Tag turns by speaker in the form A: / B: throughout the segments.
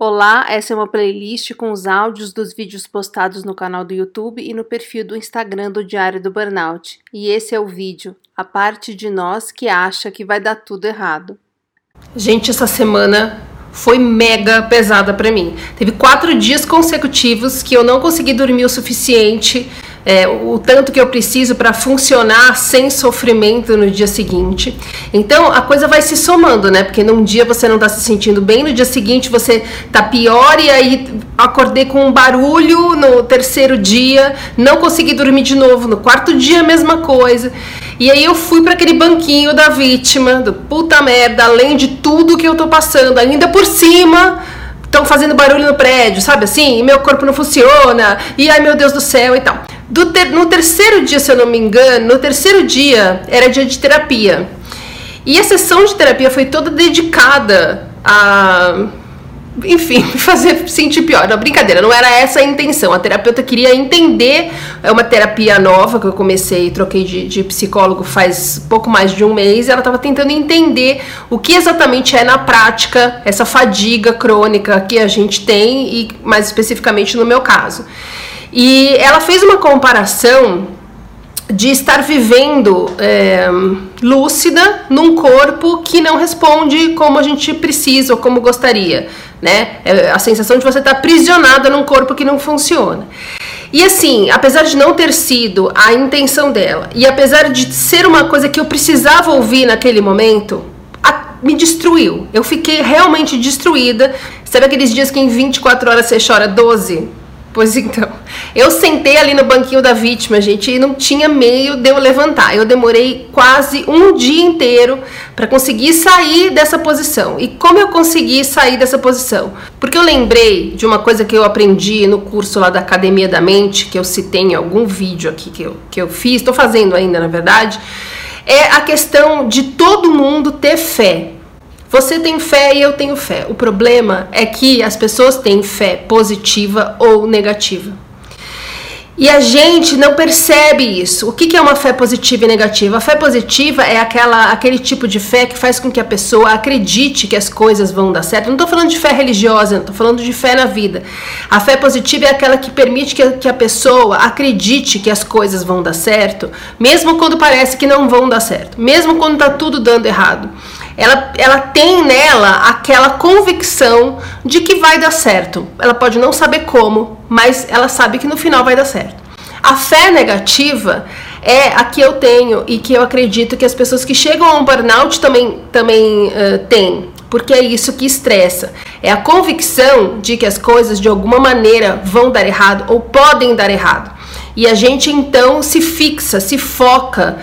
A: Olá, essa é uma playlist com os áudios dos vídeos postados no canal do YouTube e no perfil do Instagram do Diário do Burnout. E esse é o vídeo, a parte de nós que acha que vai dar tudo errado.
B: Gente, essa semana foi mega pesada pra mim. Teve 4 dias consecutivos que eu não consegui dormir o suficiente, o tanto que eu preciso para funcionar sem sofrimento no dia seguinte. Então a coisa vai se somando, né? Porque num dia você não tá se sentindo bem, no dia seguinte você tá pior, e aí acordei com um barulho no terceiro dia, não consegui dormir de novo, no quarto dia a mesma coisa. E aí eu fui para aquele banquinho da vítima, do puta merda, além de tudo que eu tô passando, ainda por cima estão fazendo barulho no prédio, sabe assim? E meu corpo não funciona, e ai meu Deus do céu e tal. No terceiro dia, se eu não me engano, no terceiro dia era dia de terapia. E a sessão de terapia foi toda dedicada a, enfim, me fazer sentir pior. Não, brincadeira, não era essa a intenção. A terapeuta queria entender, é uma terapia nova que eu comecei, troquei de psicólogo faz pouco mais de um mês, e ela estava tentando entender o que exatamente é na prática essa fadiga crônica que a gente tem, e mais especificamente no meu caso. E ela fez uma comparação de estar vivendo lúcida num corpo que não responde como a gente precisa ou como gostaria, né? A sensação de você estar aprisionada num corpo que não funciona. E assim, apesar de não ter sido a intenção dela, e apesar de ser uma coisa que eu precisava ouvir naquele momento, me destruiu. Eu fiquei realmente destruída. Sabe aqueles dias que em 24 horas você chora 12? Pois então, eu sentei ali no banquinho da vítima, gente, e não tinha meio de eu levantar. Eu demorei quase um dia inteiro para conseguir sair dessa posição. E como eu consegui sair dessa posição? Porque eu lembrei de uma coisa que eu aprendi no curso lá da Academia da Mente, que eu citei em algum vídeo aqui que eu fiz, estou fazendo ainda, na verdade, é a questão de todo mundo ter fé. Você tem fé e eu tenho fé. O problema é que as pessoas têm fé positiva ou negativa. E a gente não percebe isso. O que é uma fé positiva e negativa? A fé positiva é aquele tipo de fé que faz com que a pessoa acredite que as coisas vão dar certo. Não estou falando de fé religiosa, estou falando de fé na vida. A fé positiva é aquela que permite que a pessoa acredite que as coisas vão dar certo, mesmo quando parece que não vão dar certo, mesmo quando está tudo dando errado. Ela tem nela aquela convicção de que vai dar certo. Ela pode não saber como, mas ela sabe que no final vai dar certo. A fé negativa é a que eu tenho e que eu acredito que as pessoas que chegam a um burnout também têm, porque é isso que estressa. É a convicção de que as coisas de alguma maneira vão dar errado ou podem dar errado. E a gente então se fixa, se foca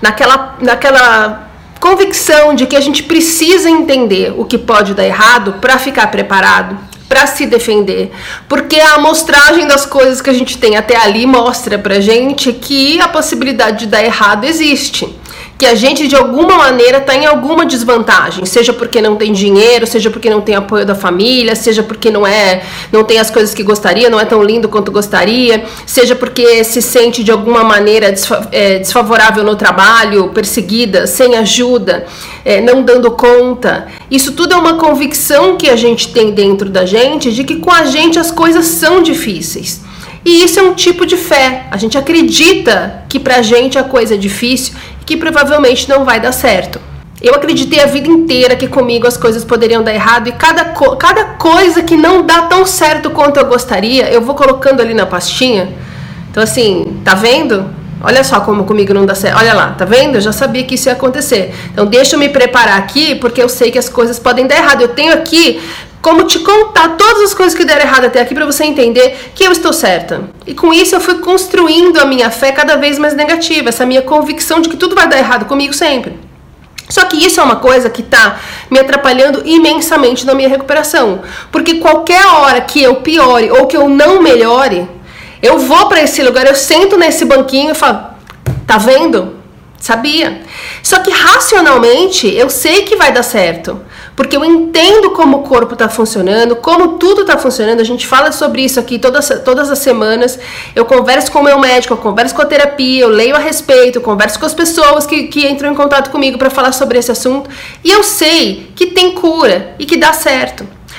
B: naquela convicção de que a gente precisa entender o que pode dar errado para ficar preparado, para se defender, porque a amostragem das coisas que a gente tem até ali mostra pra gente que a possibilidade de dar errado existe, que a gente de alguma maneira está em alguma desvantagem, seja porque não tem dinheiro, seja porque não tem apoio da família, seja porque não tem as coisas que gostaria, não é tão lindo quanto gostaria, seja porque se sente de alguma maneira desfavorável no trabalho, perseguida, sem ajuda, não dando conta. Isso tudo é uma convicção que a gente tem dentro da gente de que com a gente as coisas são difíceis. E isso é um tipo de fé. A gente acredita que pra gente a coisa é difícil e que provavelmente não vai dar certo. Eu acreditei a vida inteira que comigo as coisas poderiam dar errado, e cada coisa que não dá tão certo quanto eu gostaria, eu vou colocando ali na pastinha. Então assim, tá vendo? Olha só como comigo não dá certo. Olha lá, tá vendo? Eu já sabia que isso ia acontecer. Então deixa eu me preparar aqui, porque eu sei que as coisas podem dar errado. Eu tenho aqui como te contar todas as coisas que deram errado até aqui para você entender que eu estou certa. E com isso eu fui construindo a minha fé cada vez mais negativa, essa minha convicção de que tudo vai dar errado comigo sempre. Só que isso é uma coisa que tá me atrapalhando imensamente na minha recuperação, porque qualquer hora que eu piore ou que eu não melhore, eu vou para esse lugar, eu sento nesse banquinho e falo, tá vendo? Sabia. Só que racionalmente eu sei que vai dar certo, porque eu entendo como o corpo está funcionando, como tudo está funcionando. A gente fala sobre isso aqui todas as semanas. Eu converso com o meu médico, eu converso com a terapia, eu leio a respeito, eu converso com as pessoas que entram em contato comigo para falar sobre esse assunto, e eu sei que tem cura e que dá certo.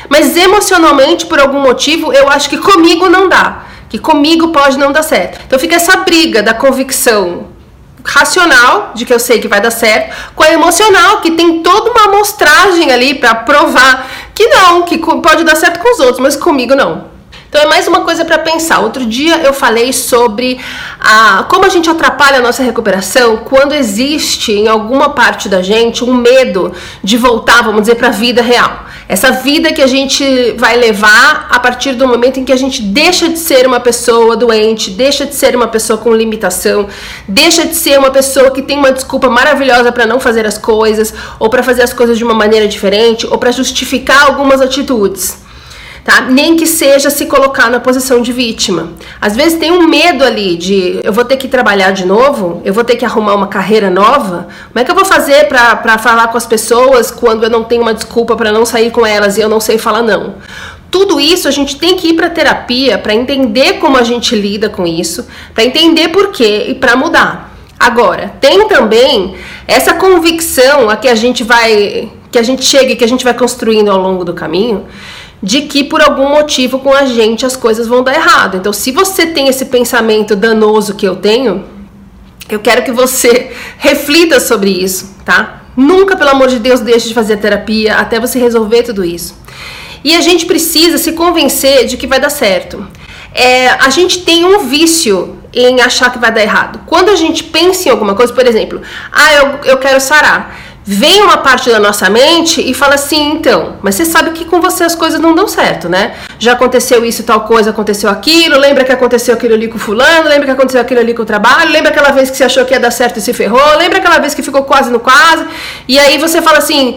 B: Mas emocionalmente, por algum motivo, eu acho que comigo não dá. Que comigo pode não dar certo. Então fica essa briga da convicção racional, de que eu sei que vai dar certo, com a emocional, que tem toda uma amostragem ali para provar que não, que pode dar certo com os outros, mas comigo não. Então é mais uma coisa para pensar. Outro dia eu falei sobre como a gente atrapalha a nossa recuperação quando existe em alguma parte da gente um medo de voltar, vamos dizer, para a vida real. Essa vida que a gente vai levar a partir do momento em que a gente deixa de ser uma pessoa doente, deixa de ser uma pessoa com limitação, deixa de ser uma pessoa que tem uma desculpa maravilhosa para não fazer as coisas, ou para fazer as coisas de uma maneira diferente, ou para justificar algumas atitudes. Tá? Nem que seja se colocar na posição de vítima. Às vezes tem um medo ali de eu vou ter que trabalhar de novo, eu vou ter que arrumar uma carreira nova. Como é que eu vou fazer para falar com as pessoas quando eu não tenho uma desculpa para não sair com elas e eu não sei falar não? Tudo isso a gente tem que ir para terapia para entender como a gente lida com isso, para entender por quê e para mudar. Agora, tem também essa convicção a que a gente chega e que a gente vai construindo ao longo do caminho, de que por algum motivo com a gente as coisas vão dar errado. Então, se você tem esse pensamento danoso que eu tenho, eu quero que você reflita sobre isso, tá? Nunca, pelo amor de Deus, deixe de fazer terapia até você resolver tudo isso. E a gente precisa se convencer de que vai dar certo. A gente tem um vício em achar que vai dar errado. Quando a gente pensa em alguma coisa, por exemplo, eu quero sarar. Vem uma parte da nossa mente e fala assim, então, mas você sabe que com você as coisas não dão certo, né? Já aconteceu isso, tal coisa, aconteceu aquilo, lembra que aconteceu aquilo ali com o fulano, lembra que aconteceu aquilo ali com o trabalho, lembra aquela vez que você achou que ia dar certo e se ferrou, lembra aquela vez que ficou quase no quase, e aí você fala assim,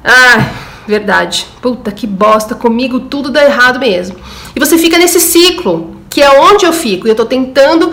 B: verdade, puta que bosta, comigo tudo dá errado mesmo. E você fica nesse ciclo, que é onde eu fico, e eu tô tentando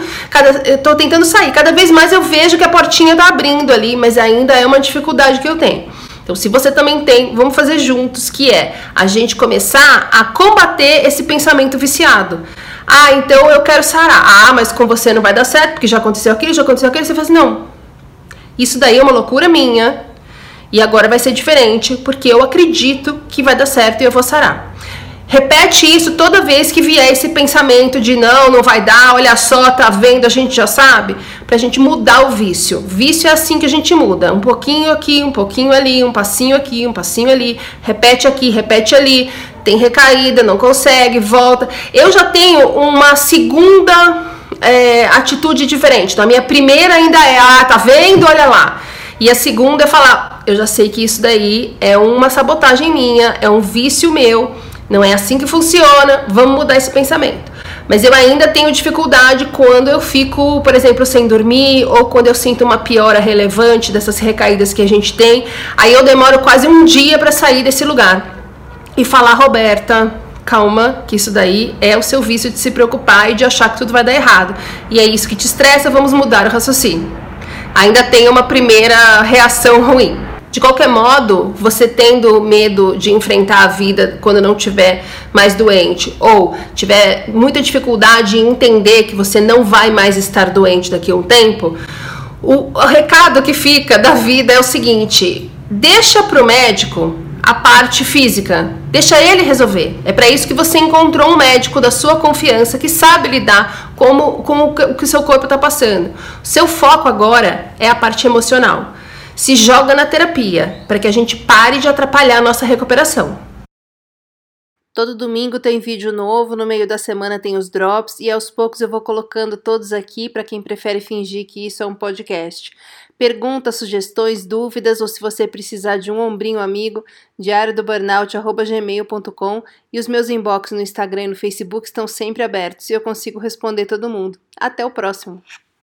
B: sair. Cada vez mais eu vejo que a portinha tá abrindo ali, mas ainda é uma dificuldade que eu tenho. Então, se você também tem, vamos fazer juntos, que é a gente começar a combater esse pensamento viciado. Então eu quero sarar. Mas com você não vai dar certo, porque já aconteceu aquilo. Você fala assim, não, isso daí é uma loucura minha, e agora vai ser diferente, porque eu acredito que vai dar certo e eu vou sarar. Repete isso toda vez que vier esse pensamento de não vai dar, olha só, tá vendo, a gente já sabe, pra gente mudar o vício. Vício é assim que a gente muda, um pouquinho aqui, um pouquinho ali, um passinho aqui, um passinho ali, repete aqui, repete ali, tem recaída, não consegue, volta. Eu já tenho uma segunda atitude diferente. Então a minha primeira ainda tá vendo, olha lá. E a segunda é falar, eu já sei que isso daí é uma sabotagem minha, é um vício meu. Não é assim que funciona, vamos mudar esse pensamento. Mas eu ainda tenho dificuldade quando eu fico, por exemplo, sem dormir, ou quando eu sinto uma piora relevante dessas recaídas que a gente tem. Aí eu demoro quase um dia para sair desse lugar e falar, Roberta, calma, que isso daí é o seu vício de se preocupar e de achar que tudo vai dar errado. E é isso que te estressa, vamos mudar o raciocínio. Ainda tem uma primeira reação ruim. De qualquer modo, você tendo medo de enfrentar a vida quando não estiver mais doente, ou tiver muita dificuldade em entender que você não vai mais estar doente daqui a um tempo, o recado que fica da vida é o seguinte: deixa pro médico a parte física, deixa ele resolver. É para isso que você encontrou um médico da sua confiança que sabe lidar com o que o seu corpo está passando. O seu foco agora é a parte emocional. Se joga na terapia, para que a gente pare de atrapalhar a nossa recuperação.
A: Todo domingo tem vídeo novo, no meio da semana tem os drops e aos poucos eu vou colocando todos aqui para quem prefere fingir que isso é um podcast. Perguntas, sugestões, dúvidas ou se você precisar de um ombrinho amigo, diariodoburnout@gmail.com, e os meus inbox no Instagram e no Facebook estão sempre abertos e eu consigo responder todo mundo. Até o próximo!